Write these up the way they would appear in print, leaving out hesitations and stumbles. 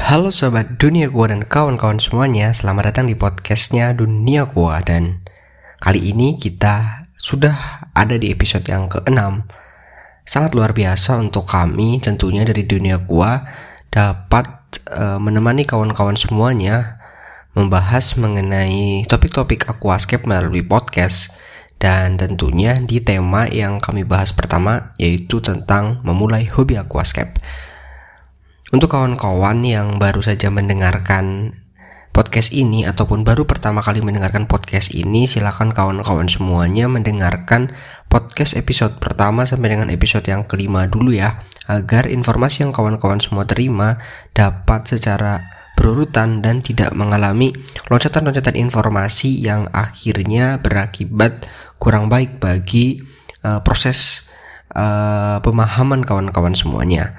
Halo sobat Dunia Gua dan kawan-kawan semuanya, selamat datang di podcastnya Dunia Gua. Dan kali ini kita sudah ada di episode yang ke-6. Sangat luar biasa untuk kami tentunya dari Dunia Gua dapat menemani kawan-kawan semuanya membahas mengenai topik-topik aquascape melalui podcast. Dan tentunya di tema yang kami bahas pertama, yaitu tentang memulai hobi aquascape. Untuk kawan-kawan yang baru saja mendengarkan podcast ini ataupun baru pertama kali mendengarkan podcast ini, silakan kawan-kawan semuanya mendengarkan podcast episode pertama sampai dengan episode yang kelima dulu ya, agar informasi yang kawan-kawan semua terima dapat secara berurutan dan tidak mengalami loncatan-loncatan informasi yang akhirnya berakibat kurang baik bagi proses pemahaman kawan-kawan semuanya.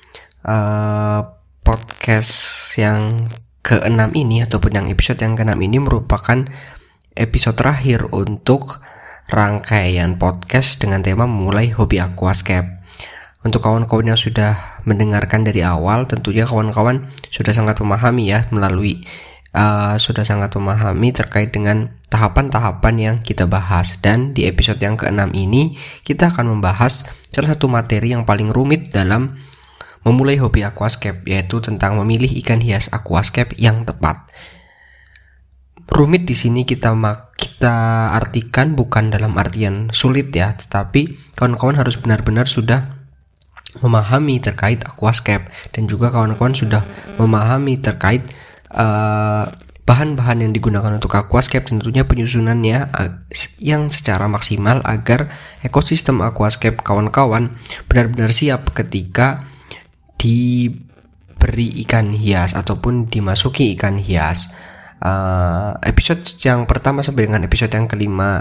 Podcast yang ke-6 ini ataupun yang episode yang ke-6 ini merupakan episode terakhir untuk rangkaian podcast dengan tema memulai hobi aquascape. Untuk kawan-kawan yang sudah mendengarkan dari awal, tentunya kawan-kawan sudah sangat memahami ya, sudah sangat memahami terkait dengan tahapan-tahapan yang kita bahas. Dan di episode yang ke-6 ini kita akan membahas salah satu materi yang paling rumit dalam memulai hobi aquascape, yaitu tentang memilih ikan hias aquascape yang tepat. Rumit di sini kita artikan bukan dalam artian sulit ya, tetapi kawan-kawan harus benar-benar sudah memahami terkait aquascape dan juga kawan-kawan sudah memahami terkait bahan-bahan yang digunakan untuk aquascape, tentunya penyusunannya yang secara maksimal agar ekosistem aquascape kawan-kawan benar-benar siap ketika diberi ikan hias ataupun dimasuki ikan hias. Episode yang pertama sampai dengan episode yang kelima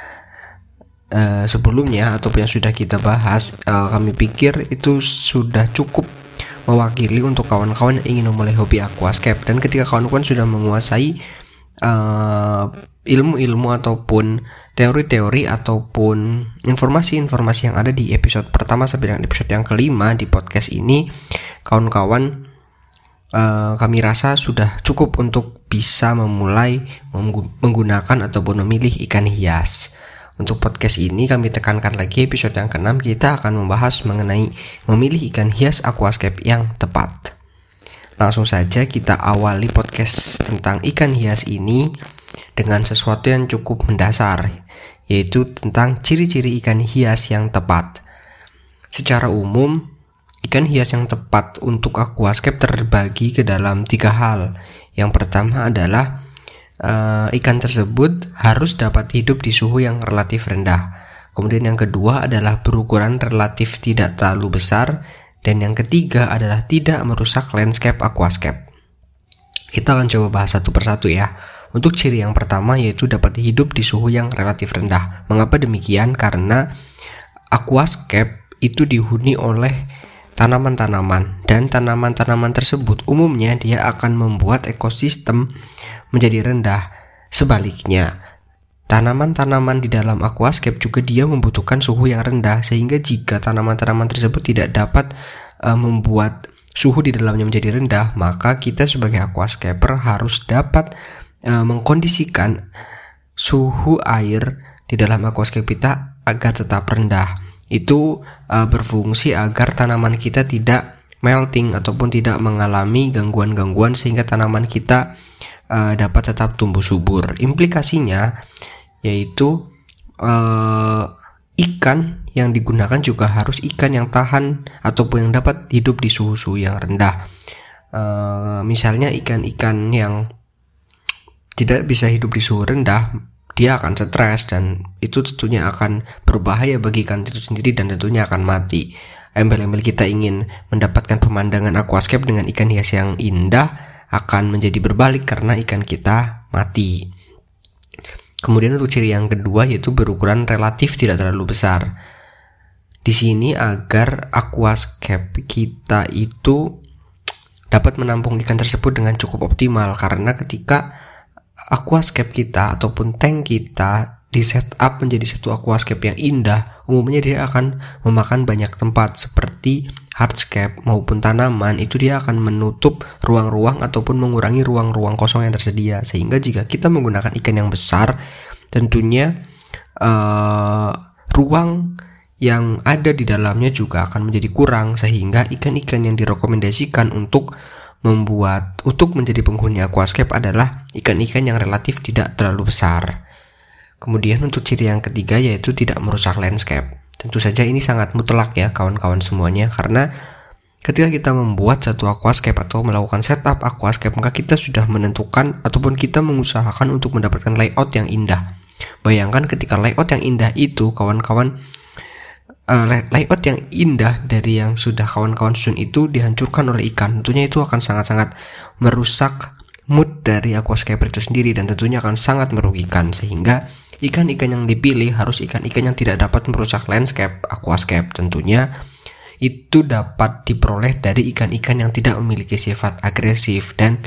sebelumnya ataupun yang sudah kita bahas, kami pikir itu sudah cukup mewakili untuk kawan-kawan yang ingin memulai hobi aquascape. Dan ketika kawan-kawan sudah menguasai ilmu-ilmu ataupun teori-teori ataupun informasi-informasi yang ada di episode pertama sampai dengan episode yang kelima di podcast ini, kawan-kawan kami rasa sudah cukup untuk bisa memulai menggunakan ataupun memilih ikan hias. Untuk podcast ini kami tekankan lagi, episode yang ke-6 kita akan membahas mengenai memilih ikan hias aquascape yang tepat. Langsung saja kita awali podcast tentang ikan hias ini dengan sesuatu yang cukup mendasar, yaitu tentang ciri-ciri ikan hias yang tepat. Secara umum, ikan hias yang tepat untuk aquascape terbagi ke dalam 3 hal. Yang pertama adalah ikan tersebut harus dapat hidup di suhu yang relatif rendah. Kemudian yang kedua adalah berukuran relatif tidak terlalu besar. Dan yang ketiga adalah tidak merusak landscape aquascape. Kita akan coba bahas satu persatu ya. Untuk ciri yang pertama yaitu dapat hidup di suhu yang relatif rendah. Mengapa demikian? Karena aquascape itu dihuni oleh tanaman-tanaman, dan tanaman-tanaman tersebut umumnya dia akan membuat ekosistem menjadi rendah. Sebaliknya, tanaman-tanaman di dalam aquascape juga dia membutuhkan suhu yang rendah, sehingga jika tanaman-tanaman tersebut tidak dapat membuat suhu di dalamnya menjadi rendah, maka kita sebagai aquascaper harus dapat mengkondisikan suhu air di dalam aquascape kita agar tetap rendah. Itu berfungsi agar tanaman kita tidak melting ataupun tidak mengalami gangguan-gangguan sehingga tanaman kita dapat tetap tumbuh subur. Implikasinya yaitu ikan yang digunakan juga harus ikan yang tahan ataupun yang dapat hidup di suhu-suhu yang rendah. Misalnya ikan-ikan yang tidak bisa hidup di suhu rendah, dia akan stres dan itu tentunya akan berbahaya bagi ikan itu sendiri dan tentunya akan mati. Embel-embel kita ingin mendapatkan pemandangan aquascape dengan ikan hias yang indah akan menjadi berbalik karena ikan kita mati. Kemudian untuk ciri yang kedua yaitu berukuran relatif tidak terlalu besar. Di sini agar aquascape kita itu dapat menampung ikan tersebut dengan cukup optimal, karena ketika aquascape kita ataupun tank kita di setup menjadi satu aquascape yang indah, umumnya dia akan memakan banyak tempat seperti hardscape maupun tanaman. Itu dia akan menutup ruang-ruang ataupun mengurangi ruang-ruang kosong yang tersedia, sehingga jika kita menggunakan ikan yang besar, tentunya ruang yang ada di dalamnya juga akan menjadi kurang, sehingga ikan-ikan yang direkomendasikan untuk menjadi penghuni aquascape adalah ikan-ikan yang relatif tidak terlalu besar. Kemudian untuk ciri yang ketiga yaitu tidak merusak landscape. Tentu saja ini sangat mutlak ya kawan-kawan semuanya, karena ketika kita membuat satu aquascape atau melakukan setup aquascape, maka kita sudah menentukan ataupun kita mengusahakan untuk mendapatkan layout yang indah. Bayangkan ketika layout yang indah itu kawan-kawan, layout yang indah dari yang sudah kawan-kawan susun itu dihancurkan oleh ikan, tentunya itu akan sangat-sangat merusak mood dari aquascape itu sendiri dan tentunya akan sangat merugikan, sehingga ikan-ikan yang dipilih harus ikan-ikan yang tidak dapat merusak landscape aquascape. Tentunya itu dapat diperoleh dari ikan-ikan yang tidak memiliki sifat agresif dan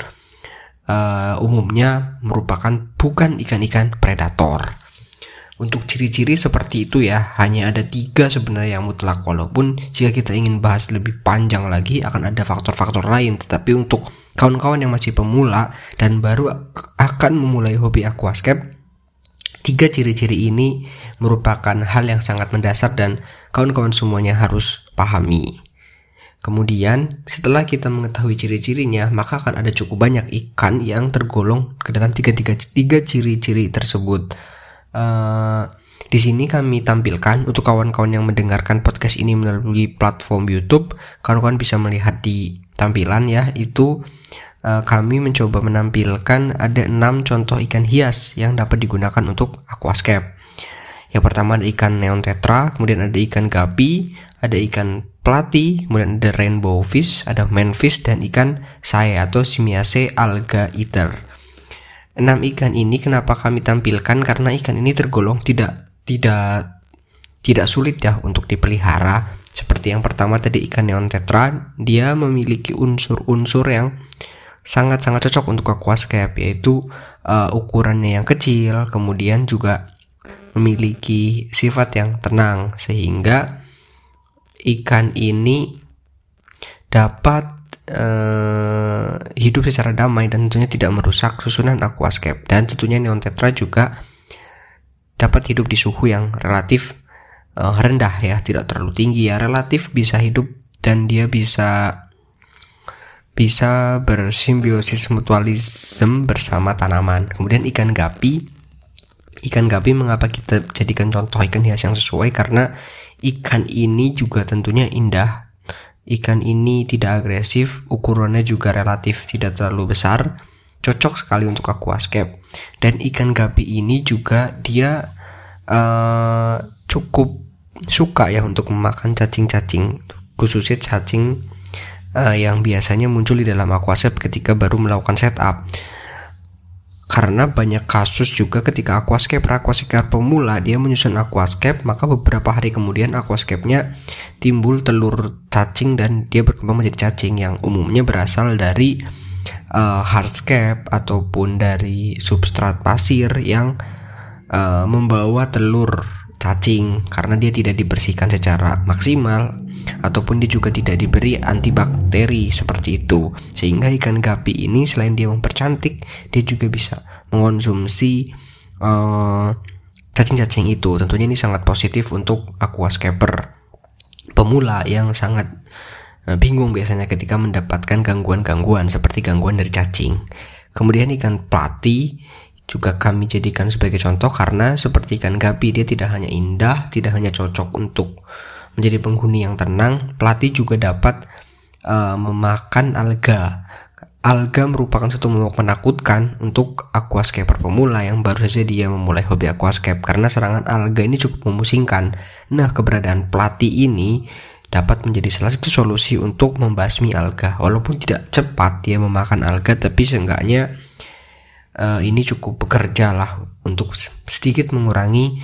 umumnya merupakan bukan ikan-ikan predator. Untuk ciri-ciri seperti itu ya, hanya ada 3 sebenarnya yang mutlak, walaupun jika kita ingin bahas lebih panjang lagi akan ada faktor-faktor lain. Tetapi untuk kawan-kawan yang masih pemula dan baru akan memulai hobi aquascape, 3 ciri-ciri ini merupakan hal yang sangat mendasar dan kawan-kawan semuanya harus pahami. Kemudian setelah kita mengetahui ciri-cirinya, maka akan ada cukup banyak ikan yang tergolong ke dalam tiga ciri-ciri tersebut. Di sini kami tampilkan untuk kawan-kawan yang mendengarkan podcast ini melalui platform YouTube, kawan-kawan bisa melihat di tampilan ya, itu kami mencoba menampilkan ada 6 contoh ikan hias yang dapat digunakan untuk aquascape. Yang pertama ada ikan neon tetra, kemudian ada ikan guppy, ada ikan platy, kemudian ada rainbow fish, ada manfish, dan ikan sae atau Simiaceae alga eater. 6 ikan ini kenapa kami tampilkan? Karena ikan ini tergolong tidak sulit ya untuk dipelihara. Seperti yang pertama tadi ikan neon tetra, dia memiliki unsur-unsur yang sangat-sangat cocok untuk aquascape, yaitu ukurannya yang kecil, kemudian juga memiliki sifat yang tenang, sehingga ikan ini dapat hidup secara damai dan tentunya tidak merusak susunan aquascape. Dan tentunya neon tetra juga dapat hidup di suhu yang relatif rendah ya, tidak terlalu tinggi ya, relatif bisa hidup dan dia bisa bersimbiosis mutualisme bersama tanaman. Kemudian ikan guppy mengapa kita jadikan contoh ikan hias yang sesuai? Karena ikan ini juga tentunya indah. Ikan ini tidak agresif, ukurannya juga relatif tidak terlalu besar, cocok sekali untuk aquascape. Dan ikan guppy ini juga dia cukup suka ya untuk memakan cacing-cacing, khususnya cacing yang biasanya muncul di dalam aquascape ketika baru melakukan setup. Karena banyak kasus juga ketika aquascape pemula dia menyusun aquascape, maka beberapa hari kemudian aquascape-nya timbul telur cacing dan dia berkembang menjadi cacing yang umumnya berasal dari hardscape ataupun dari substrat pasir yang membawa telur cacing karena dia tidak dibersihkan secara maksimal ataupun dia juga tidak diberi antibakteri seperti itu, sehingga ikan guppy ini selain dia mempercantik, dia juga bisa mengonsumsi cacing-cacing itu. Tentunya ini sangat positif untuk aquascaper pemula yang sangat bingung biasanya ketika mendapatkan gangguan-gangguan seperti gangguan dari cacing. Kemudian ikan platy juga kami jadikan sebagai contoh karena seperti ikan guppy, dia tidak hanya indah, tidak hanya cocok untuk menjadi penghuni yang tenang, platy juga dapat memakan alga. Alga merupakan satu momok menakutkan untuk aquascaper pemula yang baru saja dia memulai hobi aquascape karena serangan alga ini cukup memusingkan. Nah, keberadaan platy ini dapat menjadi salah satu solusi untuk membasmi alga. Walaupun tidak cepat dia memakan alga, tapi seenggaknya ini cukup bekerja lah untuk sedikit mengurangi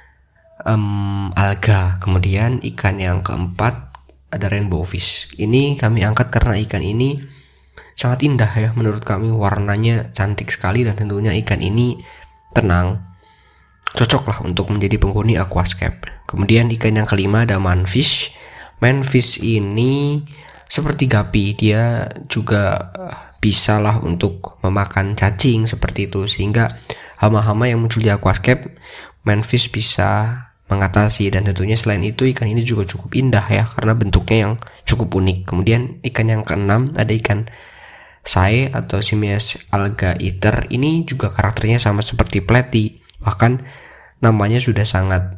alga. Kemudian ikan yang keempat ada rainbow fish. Ini kami angkat karena ikan ini sangat indah ya menurut kami, warnanya cantik sekali dan tentunya ikan ini tenang. cocok lah untuk menjadi penghuni aquascape. Kemudian ikan yang kelima ada manfish. Manfish ini seperti gapi, dia juga bisa lah untuk memakan cacing seperti itu, sehingga hama-hama yang muncul di aquascape manfish bisa mengatasi. Dan tentunya selain itu ikan ini juga cukup indah ya, karena bentuknya yang cukup unik. Kemudian ikan yang keenam ada ikan sae atau Simias alga eater. Ini juga karakternya sama seperti platy, bahkan namanya sudah sangat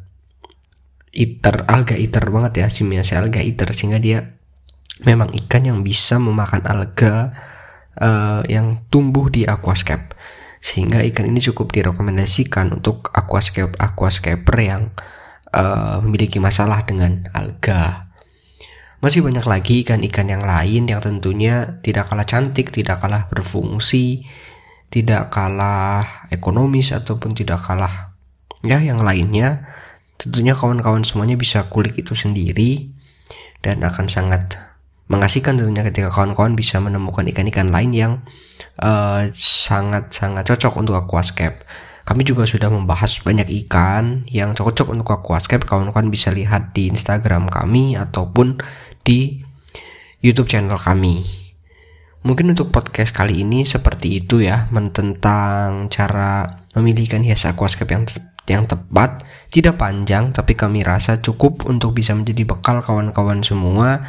alga eater banget ya, Simias alga eater, sehingga dia memang ikan yang bisa memakan alga yang tumbuh di aquascape, sehingga ikan ini cukup direkomendasikan untuk aquascaper yang memiliki masalah dengan alga. Masih banyak lagi ikan-ikan yang lain yang tentunya tidak kalah cantik, tidak kalah berfungsi, tidak kalah ekonomis, ataupun tidak kalah ya yang lainnya. Tentunya kawan-kawan semuanya bisa kulik itu sendiri, dan akan sangat mengasihkan tentunya ketika kawan-kawan bisa menemukan ikan-ikan lain yang sangat-sangat cocok untuk aquascape. Kami juga sudah membahas banyak ikan yang cocok untuk aquascape. Kawan-kawan bisa lihat di Instagram kami ataupun di YouTube channel kami. Mungkin untuk podcast kali ini seperti itu ya, tentang cara memilih ikan hias aquascape yang tepat. Tidak panjang, tapi kami rasa cukup untuk bisa menjadi bekal kawan-kawan semua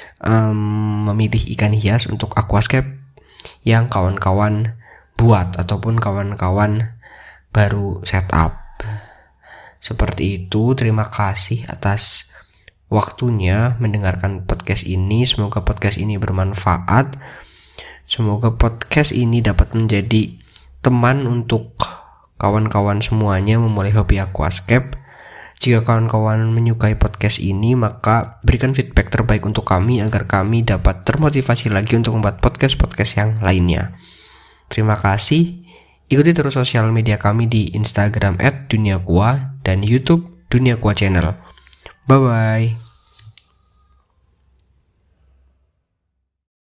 memilih ikan hias untuk aquascape yang kawan-kawan buat ataupun kawan-kawan baru setup. Seperti itu. Terima kasih atas waktunya mendengarkan podcast ini. Semoga podcast ini bermanfaat. Semoga podcast ini dapat menjadi teman untuk kawan-kawan semuanya memulai hobi aquascape. Jika kawan-kawan menyukai podcast ini, maka berikan feedback terbaik untuk kami agar kami dapat termotivasi lagi untuk membuat podcast-podcast yang lainnya. Terima kasih. Ikuti terus sosial media kami di Instagram @duniaqua dan YouTube Dunia Aqua Channel. Bye-bye.